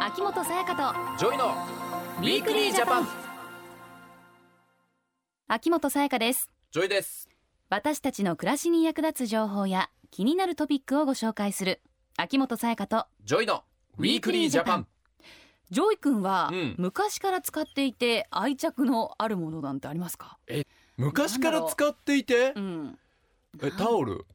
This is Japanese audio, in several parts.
秋元才加とジョイのウィークリージャパン。 秋元才加です。 ジョイです。 私たちの暮らしに役立つ情報や気になるトピックをご紹介する秋元才加とジョイのウィークリージャパン。 ジョイ君は、昔から使っていて愛着のあるものなんてありますか？ 昔から使っていて、タオル。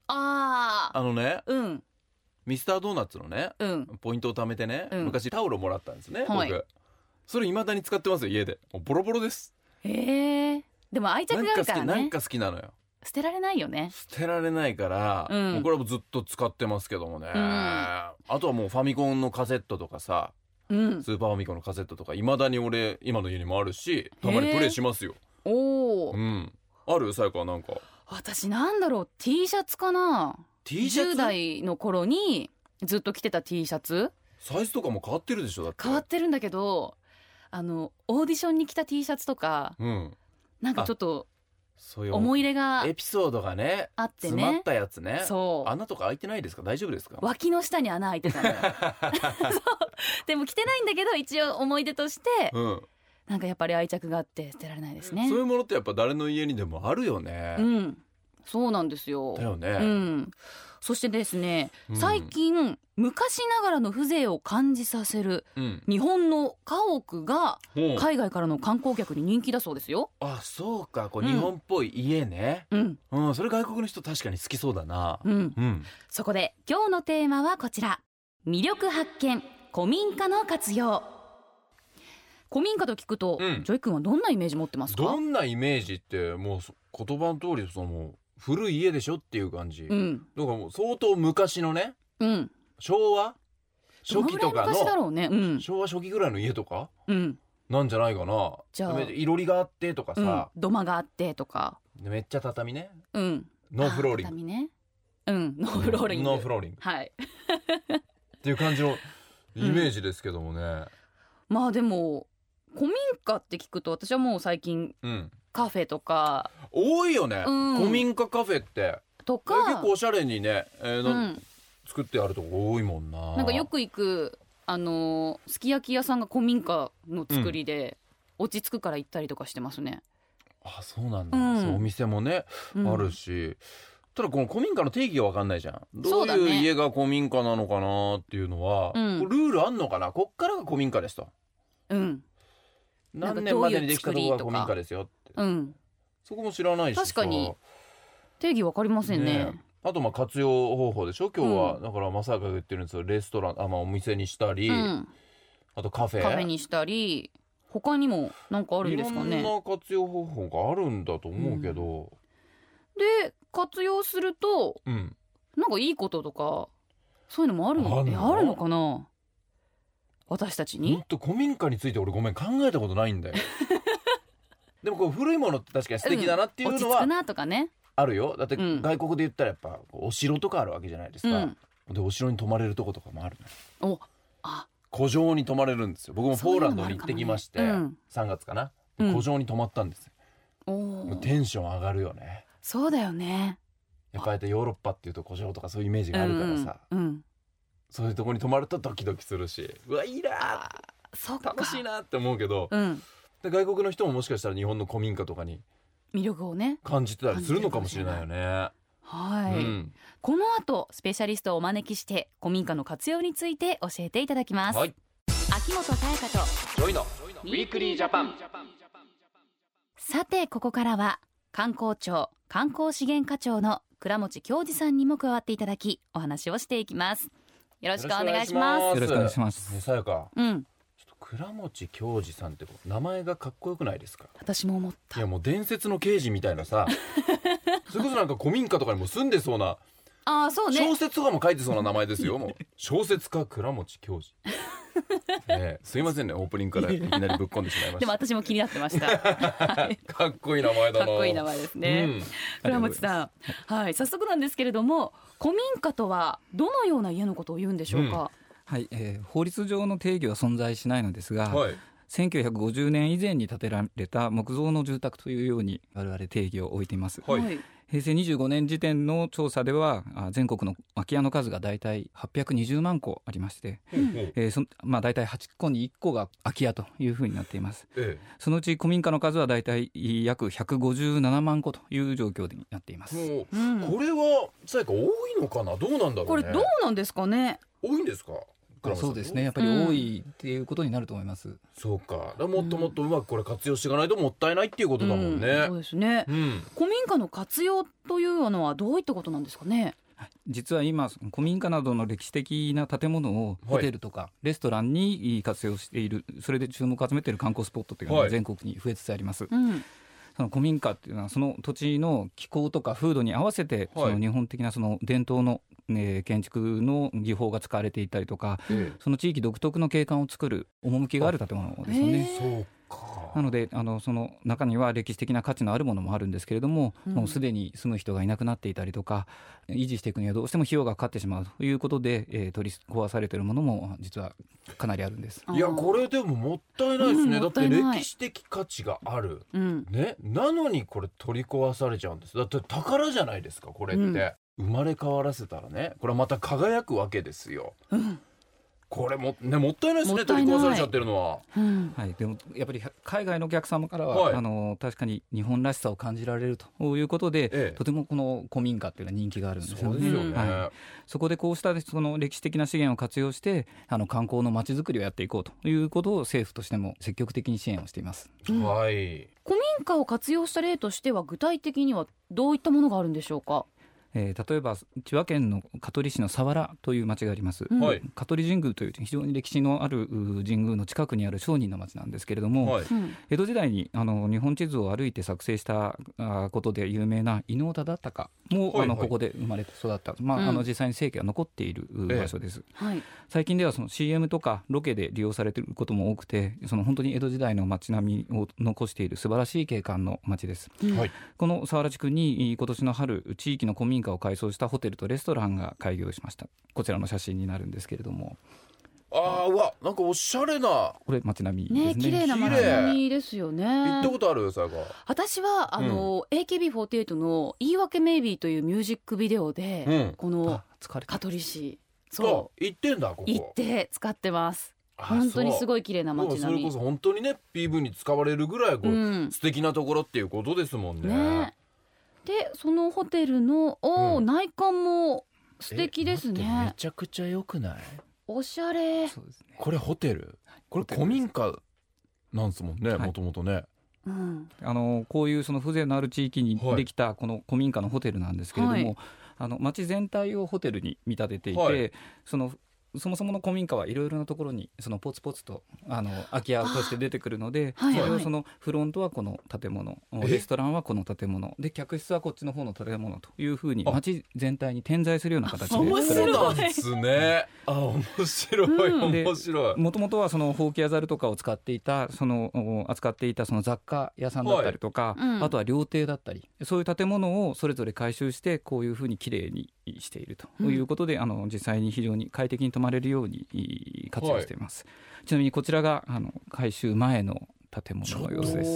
ミスタードーナツのね、ポイントを貯めてね、昔タオルをもらったんですね、僕。それ未だに使ってますよ、家で。もうボロボロです。 でも愛着があるからね。 なんか好きなのよ。 捨てられないよね。 捨てられないから、もうこれはもうずっと使ってますけどもね、あとはもうファミコンのカセットとかさ、スーパーファミコンのカセットとか未だに俺今の家にもあるし、たまにプレイしますよ。ある？さやかなんか。 私なんだろう、 T シャツかな。 T シャツ？ 10代の頃にずっと着てた T シャツ。 サイズとかも変わってるでしょ？だって変わってるんだけど、オーディションに着た T シャツとか、なんかちょっとそういう思い入れがエピソードがねあってね、 詰まったやつね。 そう穴とか開いてないですか？大丈夫ですか？ 脇の下に穴開いてたのよそうでも着てないんだけど一応思い出として、なんかやっぱり愛着があって捨てられないですね。 そういうものってやっぱ誰の家にでもあるよね。 そうなんですよ。 だよね。 そしてですね、最近昔ながらの風情を感じさせる、日本の家屋が海外からの観光客に人気だそうですよ。 あ、そうか、こう日本っぽい家ね。それ外国の人確かに好きそうだな。 そこで今日のテーマはこちら、魅力発見、古民家の活用。古民家と聞くと、ジョイ君はどんなイメージ持ってますか？ どんなイメージってもう言葉の通り、その古い家でしょっていう感じ。だからもう相当昔のね、昭和初期とかの、昭和初期ぐらいの家とか、なんじゃないかな。じゃあいろりがあってとかさ、 土間があってとか、 めっちゃ畳ね、ノーフローリング、 畳ね、ノーフローリング、 ノーフローリング、はいっていう感じのイメージですけどもね。 まあでも古民家って聞くと私はもう最近、カフェとか多いよね、古民家カフェってとか結構おしゃれにね、作ってあるとこ多いもんな。 なんかよく行くすき焼き屋さんが古民家の作りで、落ち着くから行ったりとかしてますね。 あ、そうなんだ。そうお店もね、あるし、ただこの古民家の定義が分かんないじゃん。どういう家が古民家なのかなっていうのは、ルールあんのかな。こっからが古民家ですと、何年までにできたところが古民家ですよって、そこも知らないしさ。 確かに定義分かりませんね。 あと活用方法でしょ今日は。だから正也が言ってるんですよ。レストラン、お店にしたり、あとカフェにしたり、 他にも何かあるんですかね。 いろんな活用方法があるんだと思うけど、 で活用すると、なんかいいこととかそういうのもあるのかな。私たちに古民家について俺ごめん考えたことないんだよでもこう古いものって確かに素敵だなっていうのは、 落ち着くなとかね、 あるよ。だって外国で言ったらやっぱお城とかあるわけじゃないですか、でお城に泊まれるとことかもあるの。古城に泊まれるんですよ。僕もポーランドに行ってきまして、3月かな、古城に泊まったんですよ。テンション上がるよね。 そうだよね。 やっぱりヨーロッパっていうと古城とかそういうイメージがあるからさ、そういうところに泊まるとドキドキするし、うわいいな、楽しいなって思うけど、で外国の人ももしかしたら日本の古民家とかに魅力をね感じてたりするのかもしれないよね。 この後スペシャリストをお招きして古民家の活用について教えていただきます。秋元才加とジョイのウィークリージャパン。 さてここからは観光庁観光資源課長の倉持恭司さんにも加わっていただきお話をしていきます。よろしくお願いします。 よろしくお願いします。 さやか、ちょっと倉持恭司さんって名前がかっこよくないですか？ 私も思った。 いやもう伝説の刑事みたいなさそれこそなんか古民家とかにも住んでそうな、 そうね、 小説とかも書いてそうな名前ですよもう小説家倉持恭司すいませんね、オープニングからいきなりぶっ込んでしまいました。 でも私も気になってましたかっこいい名前だな。 かっこいい名前ですね、倉持さん。早速なんですけれども、古民家とはどのような家のことを言うんでしょうか？ 法律上の定義は存在しないのですが、1950年以前に建てられた木造の住宅というように我々定義を置いています。 平成25年時点の調査では全国の空き家の数がだいたい820万戸ありまして、だいたい8戸に1戸が空き家というふうになっています、そのうち古民家の数はだいたい約157万戸という状況になっています。 これはさやか多いのかな、どうなんだろうね。 これどうなんですかね。 多いんですか。 そうですね、やっぱり多いっていうことになると思います、 そうか、もっともっとうまくこれ活用していかないともったいないっていうことだもんね、 そうですね、古民家の活用というのはどういったことなんですかね。 実は今古民家などの歴史的な建物をホテルとかレストランに活用している、それで注目を集めている観光スポットというのが全国に増えつつあります、その古民家っていうのはその土地の気候とか風土に合わせて、その日本的なその伝統の、建築の技法が使われていたりとか、その地域独特の景観を作る趣がある建物ですよね。 そうか。 なのでその中には歴史的な価値のあるものもあるんですけれども、もうすでに住む人がいなくなっていたりとか維持していくにはどうしても費用がかかってしまうということで、取り壊されているものも実はかなりあるんです。 いやこれでももったいないですね、だって歴史的価値がある、ね、なのにこれ取り壊されちゃうんです。だって宝じゃないですかこれって、生まれ変わらせたらね、これはまた輝くわけですよ、これもったいないですね、取り壊されちゃってるのは、 でもやっぱり海外のお客様からは、確かに日本らしさを感じられるということで、とてもこの古民家っていうのは人気があるんですよね。 そうですよね、 そこでこうしたその歴史的な資源を活用して観光の街づくりをやっていこうということを政府としても積極的に支援をしています、 古民家を活用した例としては具体的にはどういったものがあるんでしょうか。 例えば千葉県の香取市の佐原という町があります、香取神宮という非常に歴史のある神宮の近くにある商人の町なんですけれども、江戸時代に日本地図を歩いて作成したことで有名な伊能忠敬も、ここで生まれて育った、実際に生家が残っている場所です、最近ではその CM とかロケで利用されていることも多くて、その本当に江戸時代の町並みを残している素晴らしい景観の町です、この佐原地区に今年の春地域の古民家を改装したホテルとレストランが開業しました。こちらの写真になるんですけれども、 うわ、なんかおしゃれな、 これ街並みですね。 綺麗な街並みですよね。 行ったことある？さやか。 私はAKB48 の言い訳メイビーというミュージックビデオで、この香取市行ってんだ。ここ行って使ってます。本当にすごい綺麗な街並み。 それこそ本当にね PV に使われるぐらい素敵なところっていうことですもんね。 でそのホテルの内観も素敵ですね。 めちゃくちゃ良くない？ おしゃれ。 そうですね、 これホテル、これ古民家なんですもんね、もともとね。 こういうその風情のある地域にできたこの古民家のホテルなんですけれども、町全体をホテルに見立てていて、そもそもの古民家はいろいろなところにそのポツポツと空き家として出てくるので、それをそのフロントはこの建物、レストランはこの建物で、客室はこっちの方の建物というふうに街全体に点在するような形で作られている。 そうなんですね。面白い面白い。 もともとはそのほうきやざるとかを使っていた扱っていたその雑貨屋さんだったりとか、あとは料亭だったり、そういう建物をそれぞれ改修してこういうふうにきれいにしているということで、実際に非常に快適に泊まれるように活用しています、ちなみにこちらが改修前の建物の様子です。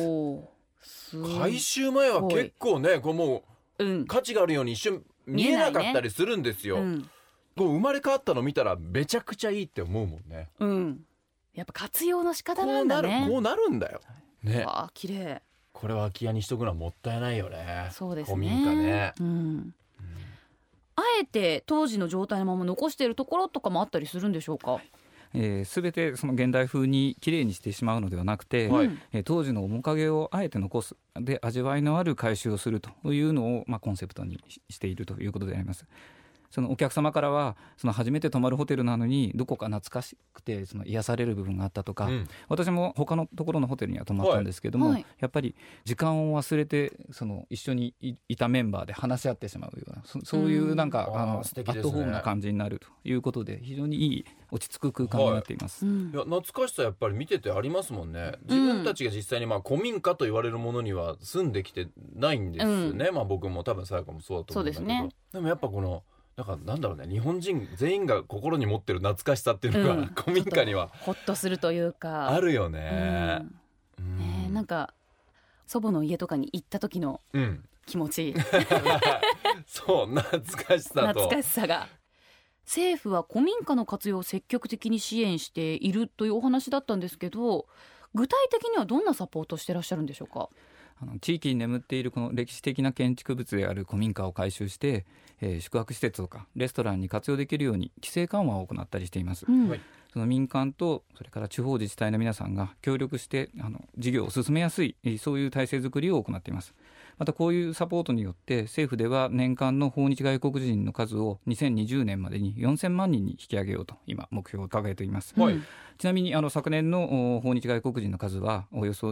改修前は結構ね、こうもう、価値があるように一瞬見えなかったりするんですよ、こう生まれ変わったの見たらめちゃくちゃいいって思うもんね、 やっぱ活用の仕方なんだね。 こうなるんだよね。 綺麗。 これは空き家にしとくのはもったいないよね。 そうですね、 古民家ね、 あえて当時の状態のまま残しているところとかもあったりするんでしょうか。 全てその現代風にきれいにしてしまうのではなくて、当時の面影をあえて残す、で味わいのある改修をするというのを、コンセプトにしているということであります。そのお客様からはその初めて泊まるホテルなのにどこか懐かしくてその癒される部分があったとか、私も他のところのホテルには泊まったんですけども、やっぱり時間を忘れてその一緒にいたメンバーで話し合ってしまうような、そういうなんかアットホームな感じになるということで、非常にいい落ち着く空間になっています、 いや懐かしさやっぱり見ててありますもんね。自分たちが実際に古民家と言われるものには住んできてないんですよね、僕も多分さやかもそうだと思うんだけど、でもやっぱこのなんだろうね、日本人全員が心に持ってる懐かしさっていうのが、古民家にはほっとするというかあるよね、 なんか祖母の家とかに行った時の気持ちいいそう懐かしさが。政府は古民家の活用を積極的に支援しているというお話だったんですけど、具体的にはどんなサポートしてらっしゃるんでしょうか。 地域に眠っているこの歴史的な建築物である古民家を改修して、宿泊施設とかレストランに活用できるように規制緩和を行ったりしています、その民間とそれから地方自治体の皆さんが協力して事業を進めやすい、そういう体制づくりを行っています。またこういうサポートによって政府では年間の訪日外国人の数を2020年までに4000万人に引き上げようと今目標を掲げています、ちなみに昨年の訪日外国人の数はおよそ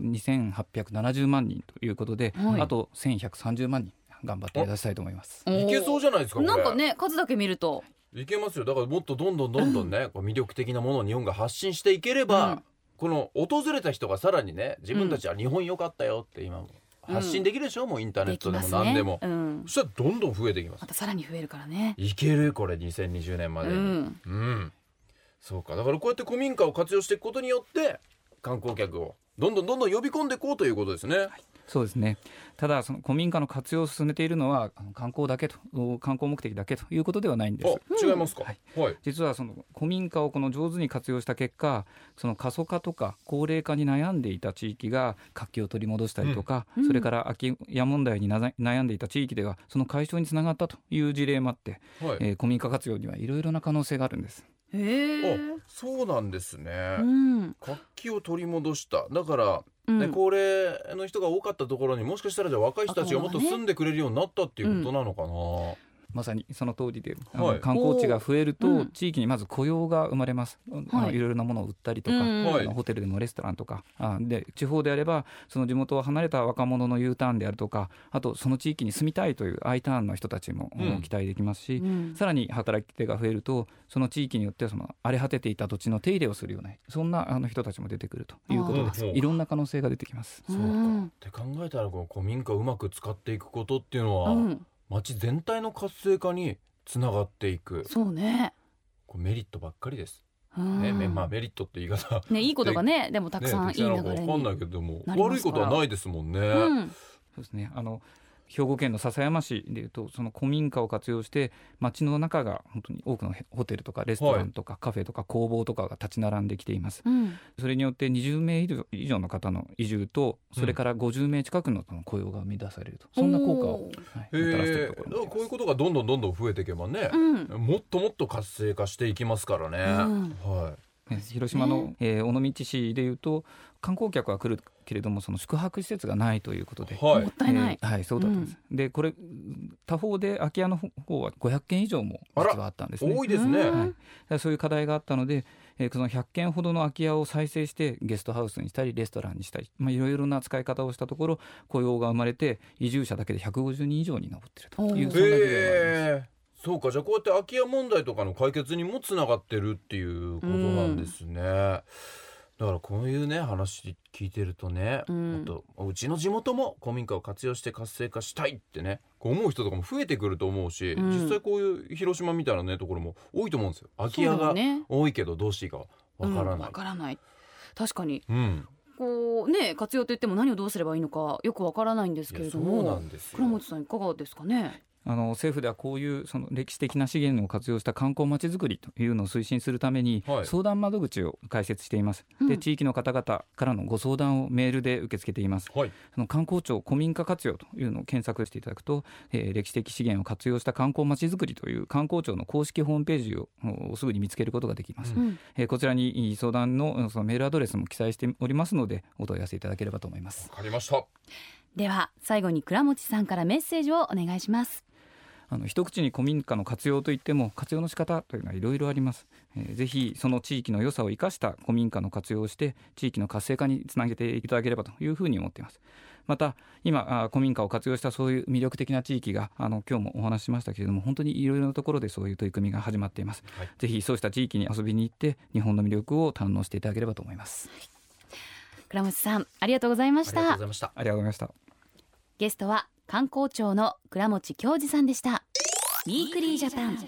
2870万人ということで、あと1130万人頑張って目指したいと思います。 いけそうじゃないですか。これなんかね、数だけ見るといけますよ。だからもっとどんどんね、魅力的なものを日本が発信していければ、この訪れた人がさらにね、自分たちは日本良かったよって今発信できるでしょ、もうインターネットでも何でも、そしたらどんどん増えていきます。 またさらに増えるからね。 いける、これ2020年までに、そうか。だからこうやって古民家を活用していくことによって観光客をどんどん呼び込んでいこうということですね。 そうですね。ただその古民家の活用を進めているのは観光目的だけということではないんです。 違いますか。 実はその古民家を上手に活用した結果、その過疎化とか高齢化に悩んでいた地域が活気を取り戻したりとか、それから空き家問題に悩んでいた地域ではその解消につながったという事例もあって、古民家活用にはいろいろな可能性があるんです。 そうなんですね、活気を取り戻した。だから高齢の人が多かったところにもしかしたらじゃあ若い人たちがもっと住んでくれるようになったっていうことなのかな。 まさにその通りで、観光地が増えると地域にまず雇用が生まれます、いろいろなものを売ったりとか、ホテルでもレストランとかで、地方であればその地元を離れた若者の U ターンであるとか、あとその地域に住みたいという I ターンの人たちも期待できますし、さらに働き手が増えるとその地域によってはその荒れ果てていた土地の手入れをするような、そんな人たちも出てくるということで、いろんな可能性が出てきます。 そうかって考えたら、この古民家をうまく使っていくことっていうのは、町全体の活性化につながっていく。 そうね、 これメリットばっかりです、メリットって言い方いいことがね、でもたくさんいい流れに分かんないけども、悪いことはないですもんね。 そうですね。兵庫県の篠山市でいうと、その古民家を活用して街の中が本当に多くのホテルとかレストランとかカフェとか工房とかが立ち並んできています、それによって20名以上の方の移住と、それから50名近くの雇用が生み出されると、そんな効果をもたらしているところもあります。 こういうことがどんどん増えていけばね、もっと活性化していきますからね、 広島の、尾道市でいうと観光客は来るけれどもその宿泊施設がないということで、 もったいない、 そうだったんです、でこれ他方で空き家の方は500件以上も実はあったんですね。 多いですね、 そういう課題があったので、その100件ほどの空き家を再生してゲストハウスにしたりレストランにしたり、いろいろな使い方をしたところ雇用が生まれて、移住者だけで150人以上に上っているという、そんな事例があります。 そうか。じゃあこうやって空き家問題とかの解決にもつながってるっていうことなんですね、だからこういうね話聞いてるとね、あとうちの地元も古民家を活用して活性化したいってね、こう思う人とかも増えてくると思うし、実際こういう広島みたいなねところも多いと思うんですよ。空き家が多いけどどうしていいかわからない、確かに、こうね、活用といっても何をどうすればいいのかよくわからないんですけれども、そうなんですよ。倉本さんいかがですかね。 政府ではこういうその歴史的な資源を活用した観光まちづくりというのを推進するために相談窓口を開設しています、で地域の方々からのご相談をメールで受け付けています、その観光庁古民家活用というのを検索していただくと、歴史的資源を活用した観光まちづくりという観光庁の公式ホームページをすぐに見つけることができます、こちらに相談のそのメールアドレスも記載しておりますのでお問い合わせいただければと思います。 わかりました。 では最後に倉持さんからメッセージをお願いします。 一口に古民家の活用といっても活用の仕方というのはいろいろあります、ぜひその地域の良さを生かした古民家の活用をして地域の活性化につなげていただければというふうに思っています。また今古民家を活用したそういう魅力的な地域が今日もお話ししましたけれども、本当にいろいろなところでそういう取り組みが始まっています、ぜひそうした地域に遊びに行って日本の魅力を堪能していただければと思います。 倉持さんありがとうございました。 ありがとうございました。 ゲストは観光庁の倉持恭司さんでした。ウィークリージャパン。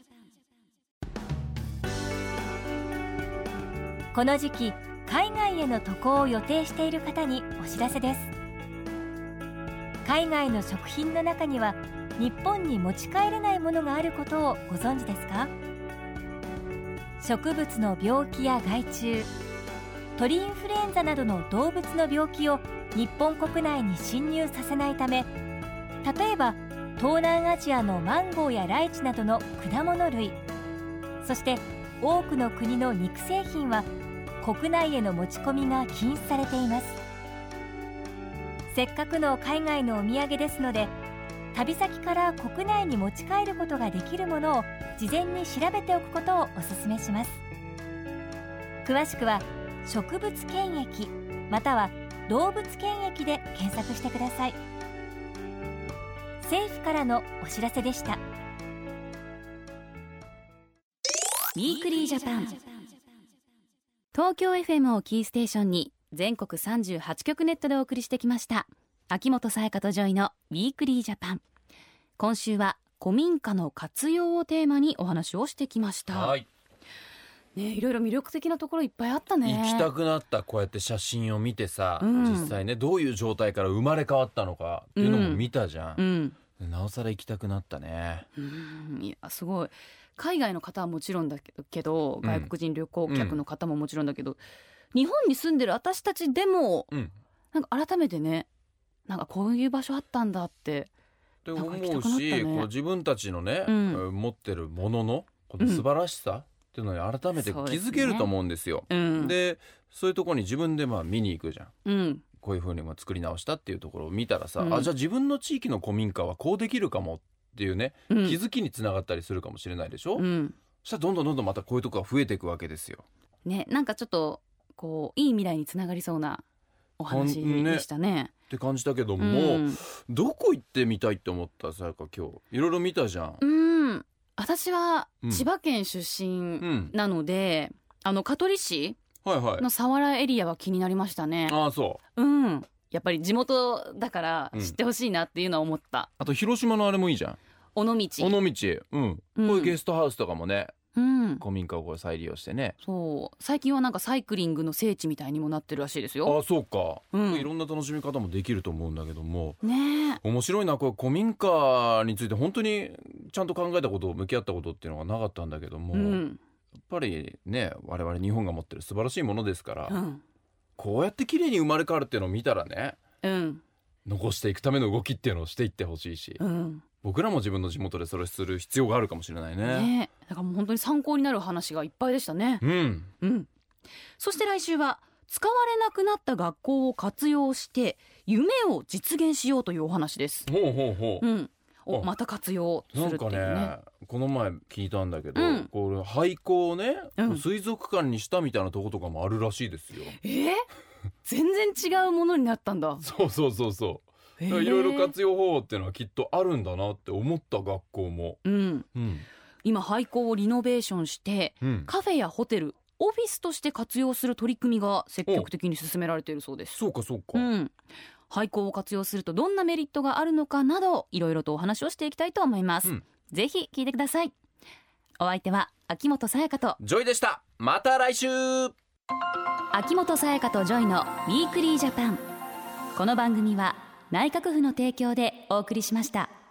この時期海外への渡航を予定している方にお知らせです。 海外の食品の中には日本に持ち帰れないものがあることをご存知ですか？植物の病気や害虫、鳥インフルエンザなどの動物の病気を日本国内に侵入させないため、例えば東南アジアのマンゴーやライチなどの果物類、そして多くの国の肉製品は国内への持ち込みが禁止されています。せっかくの海外のお土産ですので、旅先から国内に持ち帰ることができるものを事前に調べておくことをお勧めします。詳しくは植物検疫または動物検疫で検索してください。政府からのお知らせでした。 ウィークリージャパン、東京 FM をキーステーションに全国38局ネットでお送りしてきました秋元才加とジョイのウィークリージャパン。今週は古民家の活用をテーマにお話をしてきました。 はいね、いろいろ魅力的なところいっぱいあったね。 行きたくなった。こうやって写真を見てさ、実際ねどういう状態から生まれ変わったのかっていうのも見たじゃん、なおさら行きたくなったね。 いやすごい。海外の方はもちろんだけど、外国人旅行客の方ももちろんだけど、日本に住んでる私たちでも、なんか改めてね、なんかこういう場所あったんだって思うし、この自分たちのね、持ってるもののこの素晴らしさっていうのに改めて気づけると思うんですよ。でそういうところに自分で見に行くじゃん、こういう風に作り直したっていうところを見たらさ、じゃあ自分の地域の古民家はこうできるかもっていうね、気づきにつながったりするかもしれないでしょ。そしたらどんどんまたこういうところが増えていくわけですよ。ね、 なんかちょっとこういい未来につながりそうなお話でしたね。 って感じたけども、どこ行ってみたいって思ったさやか、今日いろいろ見たじゃん。 私は千葉県出身なので、香取市の佐原エリアは気になりましたね。 ああそう。 やっぱり地元だから知ってほしいなっていうのは思った。 あと広島のあれもいいじゃん、尾道。こういうゲストハウスとかもね、古民家をこれ再利用してね。そう最近はなんかサイクリングの聖地みたいにもなってるらしいですよ。 あそうか、いろんな楽しみ方もできると思うんだけどもね。面白いな。これ古民家について本当にちゃんと考えたこと、向き合ったことっていうのがなかったんだけども、やっぱりね我々日本が持ってる素晴らしいものですから、こうやって綺麗に生まれ変わるっていうのを見たらね、残していくための動きっていうのをしていってほしいし、僕らも自分の地元でそれする必要があるかもしれない ね。 だからもう本当に参考になる話がいっぱいでしたね。そして来週は使われなくなった学校を活用して夢を実現しようというお話です。また活用するっていうね。なんかね、 この前聞いたんだけど、これ廃校をね、水族館にしたみたいなとことかもあるらしいですよ。 全然違うものになったんだ。 そういろいろ活用方法っていうのはきっとあるんだなって思った。学校も、 今廃校をリノベーションして、カフェやホテル、オフィスとして活用する取り組みが積極的に進められているそうです。 そうか、 廃校を活用するとどんなメリットがあるのかなど、いろいろとお話をしていきたいと思います。ぜひ聞いてください。お相手は秋元才加とジョイでした。また来週。 秋元才加とジョイのウィークリージャパン。この番組は内閣府の提供でお送りしました。